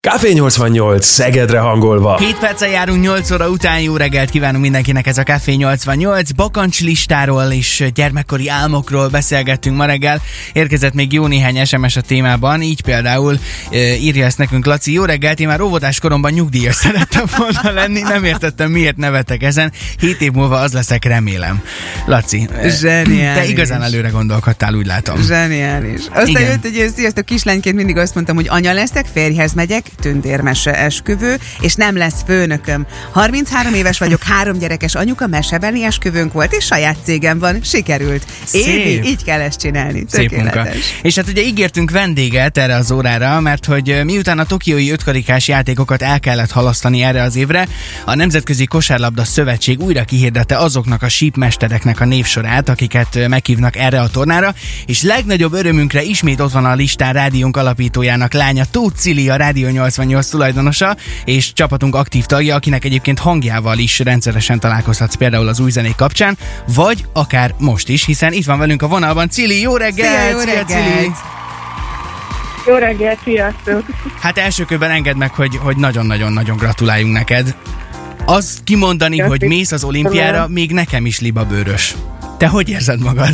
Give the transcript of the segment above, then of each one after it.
Café 88 Szegedre hangolva. 7 perccel járunk 8 óra után, jó reggelt kívánunk mindenkinek, ez a Café 88. Bakancslistáról és gyermekkori álmokról beszélgettünk ma reggel. Érkezett még jó néhány SMS a témában, így például írja ezt nekünk Laci. Jó reggelt, én már óvodás koromban nyugdíjas szerettem volna lenni, nem értettem miért nevetek ezen. 7 év múlva az leszek, remélem. Laci, zseniális. Te igazán előre gondolkodtál, úgy látom. Zseniális. Aztán jött egy sziasztok, kislányként mindig azt mondtam, hogy anya leszek, férjhez megyek, tündérmese esküvő, és nem lesz főnököm. 33 éves vagyok, 3 gyerekes anyuka, mesebeli esküvőnk volt, és saját cégem van, sikerült. Évi, így kell ezt csinálni. Szép munka. És hát ugye ígértünk vendéget erre az órára, mert hogy miután a tokiói 5-karikás játékokat el kellett halasztani erre az évre, a Nemzetközi Kosárlabda Szövetség újra kihirdette azoknak a sípmestereknek a névsorát, akiket meghívnak erre a tornára, és legnagyobb örömünkre ismét ott van a listán rádiónk alapítójának lánya, Tóth Cili, a Rádió 88 tulajdonosa, és csapatunk aktív tagja, akinek egyébként hangjával is rendszeresen találkozhatsz például az új zenék kapcsán, vagy akár most is, hiszen itt van velünk a vonalban Cili. Jó reggelt! Szia, jó reggelt! Cili! Jó reggelt, sziasztok! Hát első körben engedd meg, hogy nagyon-nagyon-nagyon gratuláljunk neked. Az kimondani, hogy mész az olimpiára, még nekem is libabőrös. Te hogy érzed magad?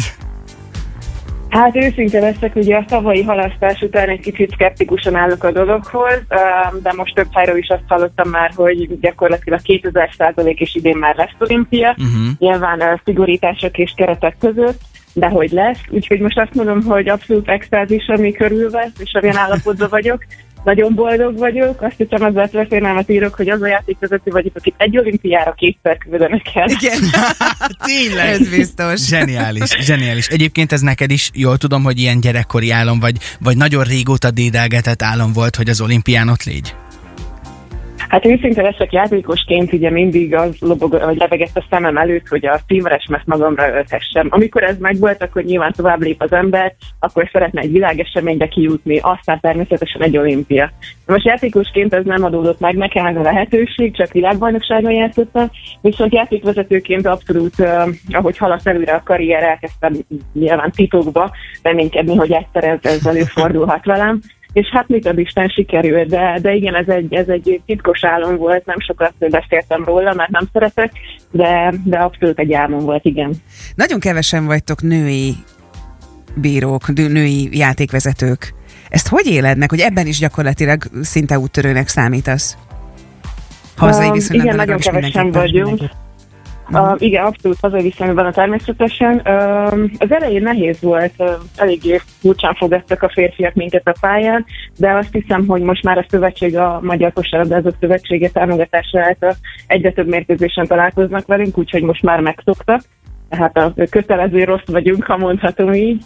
Hát őszinte leszek, ugye a tavalyi halasztás után egy kicsit szkeptikusan állok a dologhoz, de most több helyről is azt hallottam már, hogy gyakorlatilag 2000% és idén már lesz olimpia, nyilván szigorítások és keretek között, de hogy lesz, úgyhogy most azt mondom, hogy abszolút extázis, ami körülvesz, és amilyen állapotban vagyok. Nagyon boldog vagyok, azt hiszem azzal történelmet írok, hogy az a játékvezető vagyok, akit egy olimpiára 2-szer küldenek el. Igen, tényleg. Ez biztos. Zseniális. Egyébként ez neked is, jól tudom, hogy ilyen gyerekkori álom, vagy nagyon régóta dédelgetett álom volt, hogy az olimpián ott légy? Hát őszinte leszek, játékosként ugye mindig az lebegett a szemem előtt, hogy a színveresmet magamra öltessem. Amikor ez megvolt, akkor nyilván tovább lép az ember, akkor szeretne egy világeseménybe kijutni, aztán természetesen egy olimpia. Most játékosként ez nem adódott meg nekem ez a lehetőség, csak világbajnokságon játszottam, viszont játékvezetőként abszolút, ahogy haladt előre a karrier, elkezdtem nyilván titokba reménykedni, hogy egyszer ez előfordulhat velem. És hát mit ad Isten, sikerült, de igen, ez egy titkos álom volt, nem sokat beszéltem róla, mert nem szeretek, de abszolút egy álmom volt, igen. Nagyon kevesen vagytok női bírók, női játékvezetők. Ezt hogy éled meg, hogy ebben is gyakorlatilag szinte úttörőnek számítasz? Hazai viszonylatban igen, nagyon kevesen vagyunk. Igen, abszolút hazai viszonyban természetesen. Az elején nehéz volt, eléggé furcsán fogadtak a férfiak minket a pályán, de azt hiszem, hogy most már a szövetség, a Magyar Kosárlabdázók Szövetsége támogatása által egyre több mérkőzésen találkoznak velünk, úgyhogy most már megszoktak. Tehát a kötelező rossz vagyunk, ha mondhatom így.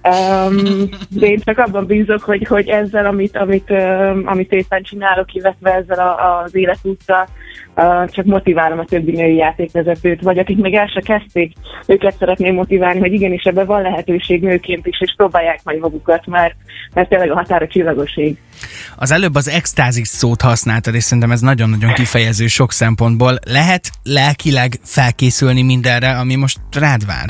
De én csak abban bízok, hogy ezzel, amit éppen csinálok, illetve ezzel az életúttal csak motiválom a többi női játékvezetőt, vagy akik még el se kezdték, őket szeretném motiválni, hogy igenis ebben van lehetőség nőként is, és próbálják majd magukat, mert tényleg a határa csillagoség. Az előbb az extázis szót használtad, és szerintem ez nagyon-nagyon kifejező sok szempontból. Lehet lelkileg felkészülni mindenre, ami most rád vár?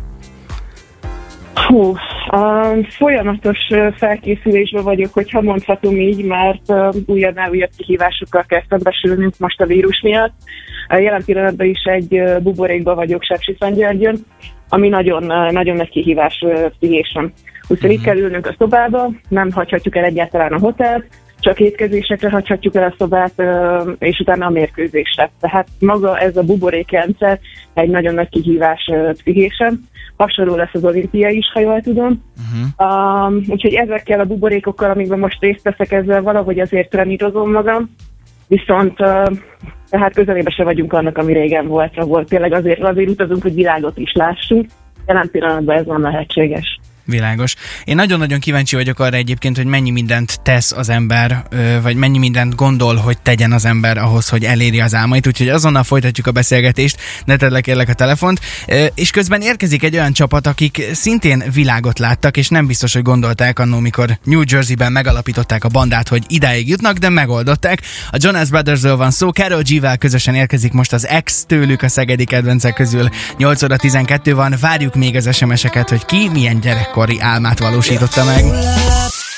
Folyamatos felkészülésben vagyok, hogyha mondhatom így, mert újabbnál újabb kihívásokkal kell szembesülnünk most a vírus miatt. Jelen pillanatban is egy buborékban vagyok Sepsiszentgyörgyön, ami nagyon nagy kihívás pszichésen. Úgyhogy itt kell ülnünk a szobába, nem hagyhatjuk el egyáltalán a hotelt, csak étkezésekre hagyhatjuk el a szobát, és utána a mérkőzésre. Tehát maga ez a buborékrendszer egy nagyon nagy kihívás pszichésen. Hasonló lesz az olimpia is, ha jól tudom. Úgyhogy ezekkel a buborékokkal, amikben most részt veszek, ezzel valahogy azért trenírozom magam, viszont tehát közelébe se vagyunk annak, ami régen volt, ahol tényleg azért utazunk, hogy világot is lássunk. Jelen pillanatban ez nem lehetséges. Világos. Én nagyon-nagyon kíváncsi vagyok arra egyébként, hogy mennyi mindent tesz az ember, vagy mennyi mindent gondol, hogy tegyen az ember ahhoz, hogy eléri az álmait, úgyhogy azonnal folytatjuk a beszélgetést, ne tedd le kérlek a telefont, és közben érkezik egy olyan csapat, akik szintén világot láttak, és nem biztos, hogy gondolták annól, mikor New Jersey-ben megalapították a bandát, hogy idáig jutnak, de megoldották. A Jonas Brothersről van szó, Karol G-vel közösen érkezik most az X tőlük a szegedi kedvencek közül. 8 óra 12 van, várjuk még az SMS-eket, hogy ki milyen gyerekkori álmát valósította meg.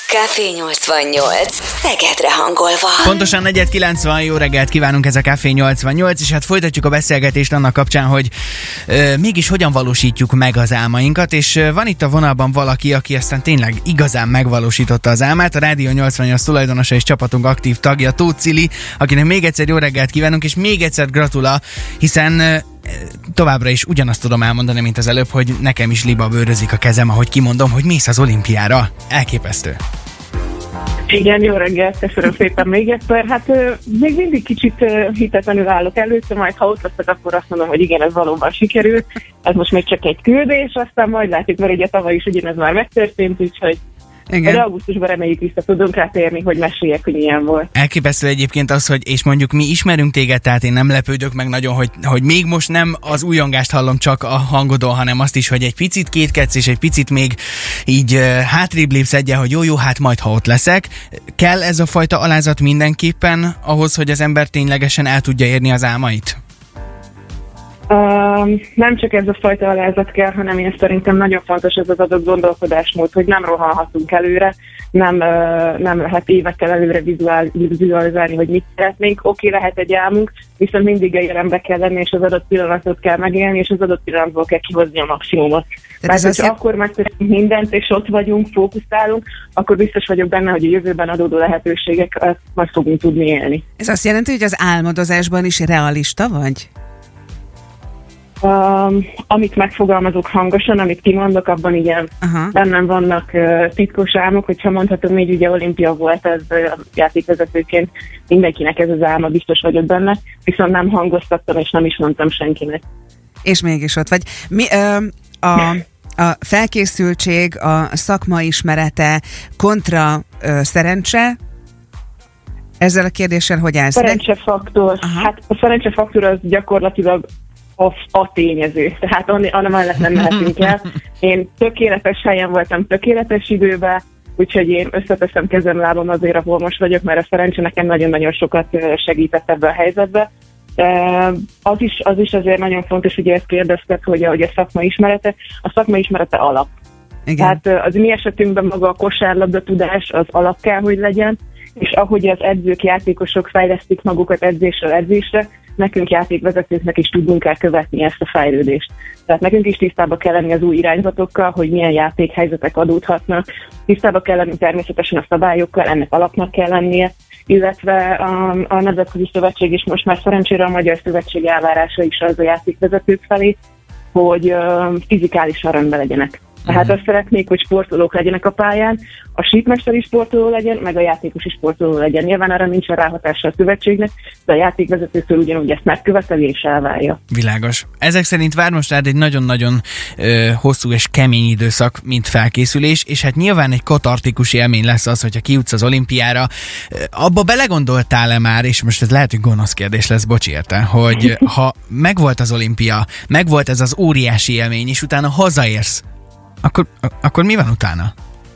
Café 88. Szegedre hangolva. Pontosan 4:90, jó reggelt kívánunk, ez a Café 88, és hát folytatjuk a beszélgetést annak kapcsán, hogy mégis hogyan valósítjuk meg az álmainkat, és van itt a vonalban valaki, aki aztán tényleg igazán megvalósította az álmát, a Rádió 88 tulajdonosa és csapatunk aktív tagja, Tóth Cili, akinek még egyszer jó reggelt kívánunk, és még egyszer gratula, hiszen továbbra is ugyanazt tudom elmondani, mint az előbb, hogy nekem is liba bőrözik a kezem, ahogy kimondom, hogy mész az olimpiára. Elképesztő. Igen, jó reggelt, köszönöm szépen még egyszer. Hát még mindig kicsit hitetlenül állok előtte, majd ha ott leszek, akkor azt mondom, hogy igen, ez valóban sikerült. Ez most még csak egy küldés, aztán majd látjuk, mert ugye tavaly is ugyanez már megtörtént, úgyhogy de augusztusban reméljük vissza tudunk rá térni, hogy meséljek, hogy milyen volt. Elképesztő egyébként az, hogy és mondjuk mi ismerünk téged, tehát én nem lepődök meg nagyon, hogy még most nem az újongást hallom csak a hangodon, hanem azt is, hogy egy picit kétkedsz, és egy picit még így hátrébb lépsz egyen, hogy jó, hát majd ha ott leszek. Kell ez a fajta alázat mindenképpen ahhoz, hogy az ember ténylegesen el tudja érni az álmait? Nem csak ez a fajta alázat kell, hanem én szerintem nagyon fontos ez az adott gondolkodásmód, hogy nem rohanhatunk előre, nem lehet évekkel előre vizualizálni, hogy mit szeretnénk. Oké, lehet egy álmunk, viszont mindig a jelenbe kell lenni, és az adott pillanatot kell megélni, és az adott pillanatból kell kihozni a maximumot. Mert hogyha akkor megteszünk mindent, és ott vagyunk, fókuszálunk, akkor biztos vagyok benne, hogy a jövőben adódó lehetőségeket majd fogunk tudni élni. Ez azt jelenti, hogy az álmodozásban is realista vagy? Amit megfogalmazok hangosan, amit kimondok, abban igen. Bennem vannak titkos álmok, hogyha mondhatom, így ugye olimpia volt, ez játékvezetőként mindenkinek ez az álma, biztos vagyok benne, viszont nem hangoztattam, és nem is mondtam senkinek. És mégis ott vagy. A felkészültség, a szakma ismerete kontra szerencse, ezzel a kérdéssel hogy állsz? Szerencsefaktor. Hát a szerencsefaktor az gyakorlatilag a tényező. Tehát annak mellett nem mehetünk el. Én tökéletes helyen voltam, tökéletes időben, úgyhogy én összeteszem kezem, lábam azért, ahol most vagyok, mert a szerencse nekem nagyon-nagyon sokat segített ebbe a helyzetbe. Az is azért nagyon fontos, hogy ezt kérdezted, hogy a szakma ismerete alap. Igen. Tehát az mi esetünkben maga a kosárlabda tudás az alap kell, hogy legyen, és ahogy az edzők, játékosok fejlesztik magukat edzésről edzésre, nekünk játékvezetőknek is tudnunk kell követni ezt a fejlődést. Tehát nekünk is tisztába kell lenni az új irányzatokkal, hogy milyen játékhelyzetek adódhatnak, tisztába kell lenni természetesen a szabályokkal, ennek alapnak kell lennie, illetve a Nemzetközi Szövetség is most már szerencsére a Magyar Szövetség elvárása is az a játékvezetők felé, hogy fizikálisan rendben legyenek. Tehát azt szeretnék, hogy sportolók legyenek a pályán, a sípmester is sportoló legyen, meg a játékos is sportoló legyen. Nyilván arra nincsen ráhatása a szövetségnek, de a játékvezetőtől ugyanúgy ezt megköveteli és elvárja. Világos. Ezek szerint vár most rád egy nagyon-nagyon hosszú és kemény időszak, mint felkészülés, és hát nyilván egy katartikus élmény lesz az, hogyha kijutsz az olimpiára. Abba belegondoltál-e már, és most ez lehet, hogy gonosz kérdés lesz, bocs érte, hogy ha megvolt az olimpia, megvolt ez az óriási élmény, és utána hazaérsz, akkor mi van utána?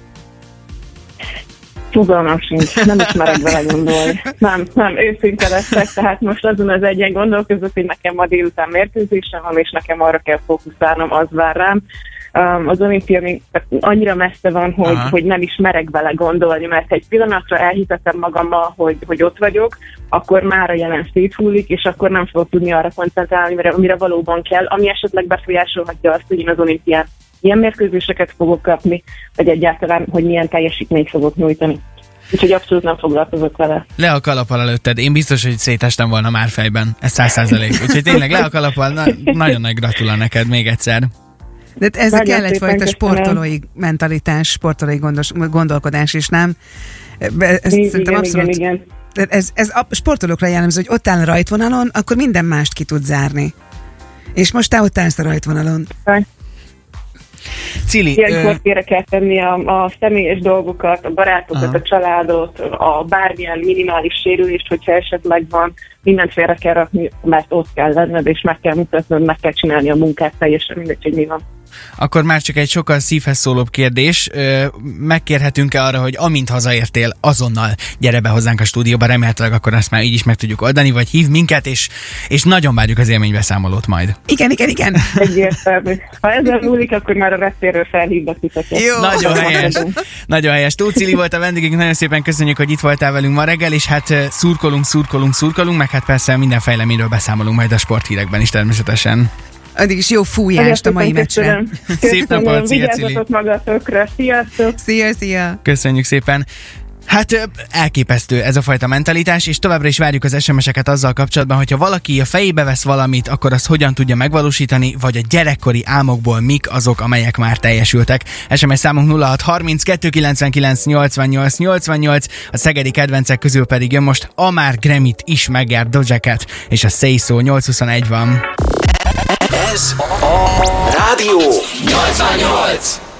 Fogalmam sincs, nem ismerek vele gondolni. Nem, őszinte leszek, tehát most azon az egyen gondolkozok, hogy nekem ma délután mérkőzésem van, és nekem arra kell fókuszálnom, az vár rám. Az olimpia még annyira messze van, hogy nem is merek vele gondolni, mert egy pillanatra elhitettem magammal, hogy ott vagyok, akkor már a jelen széthullik, és akkor nem fogok tudni arra koncentrálni, amire valóban kell, ami esetleg befolyásolhatja azt, hogy én az olimpián milyen mérkőzéseket fogok kapni, vagy egyáltalán, hogy milyen teljesítményt fogok nyújtani. Úgyhogy abszolút nem foglalkozok vele. Le a kalappal előtted. Én biztos, hogy szétestem volna már fejben. Ez 100%. Úgyhogy tényleg le a kalappal. Nagyon nagy gratula neked még egyszer. De ez kell egyfajta sportolói mentalitás, sportolói gondolkodás is, nem? Szerintem abszolút. Igen. Ez a sportolókra jellemző, hogy ott áll a rajtvonalon, akkor minden mást ki tud zárni. És most te ott állsz a rajtvonalon. Cili, ilyenkor félre kell tenni a személyes dolgokat, a barátokat, a családot, a bármilyen minimális sérülést, hogyha esetleg van, mindent félre kell rakni, mert ott kell lenned, és meg kell mutatnod, meg kell csinálni a munkát, teljesen mindegy, hogy mi van. akkor már csak egy sokkal szívhez szólóbb kérdés. Megkérhetünk-e arra, hogy amint hazaértél, azonnal gyere be hozzánk a stúdióba, remélhetőleg akkor azt már így is meg tudjuk oldani, vagy hív minket, és nagyon várjuk az élménybeszámolót majd. Igen. Egyértelmű. Ha ezzel múlik, akkor már a reptérről felhívnak titeket. Jó. Nagyon helyes. Tóth Cili volt a vendégünk, nagyon szépen köszönjük, hogy itt voltál velünk ma reggel, és hát szurkolunk, meg hát persze minden fejleményről beszámolunk majd a sporthírekben is természetesen. Addig is jó fújást a mai meccsre. Szép napot, szia Cili. Vigyázzatok magatokra, sziasztok! Szia! Köszönjük szépen. Hát elképesztő ez a fajta mentalitás, és továbbra is várjuk az SMS-eket azzal kapcsolatban, hogyha valaki a fejébe vesz valamit, akkor azt hogyan tudja megvalósítani, vagy a gyerekkori álmokból mik azok, amelyek már teljesültek. SMS számunk 0630 299 88 88, a szegedi kedvencek közül pedig jön most Amar Grammy-t is megjárt Doja Cat, és a Say So 821 van. Ez a Rádió 88!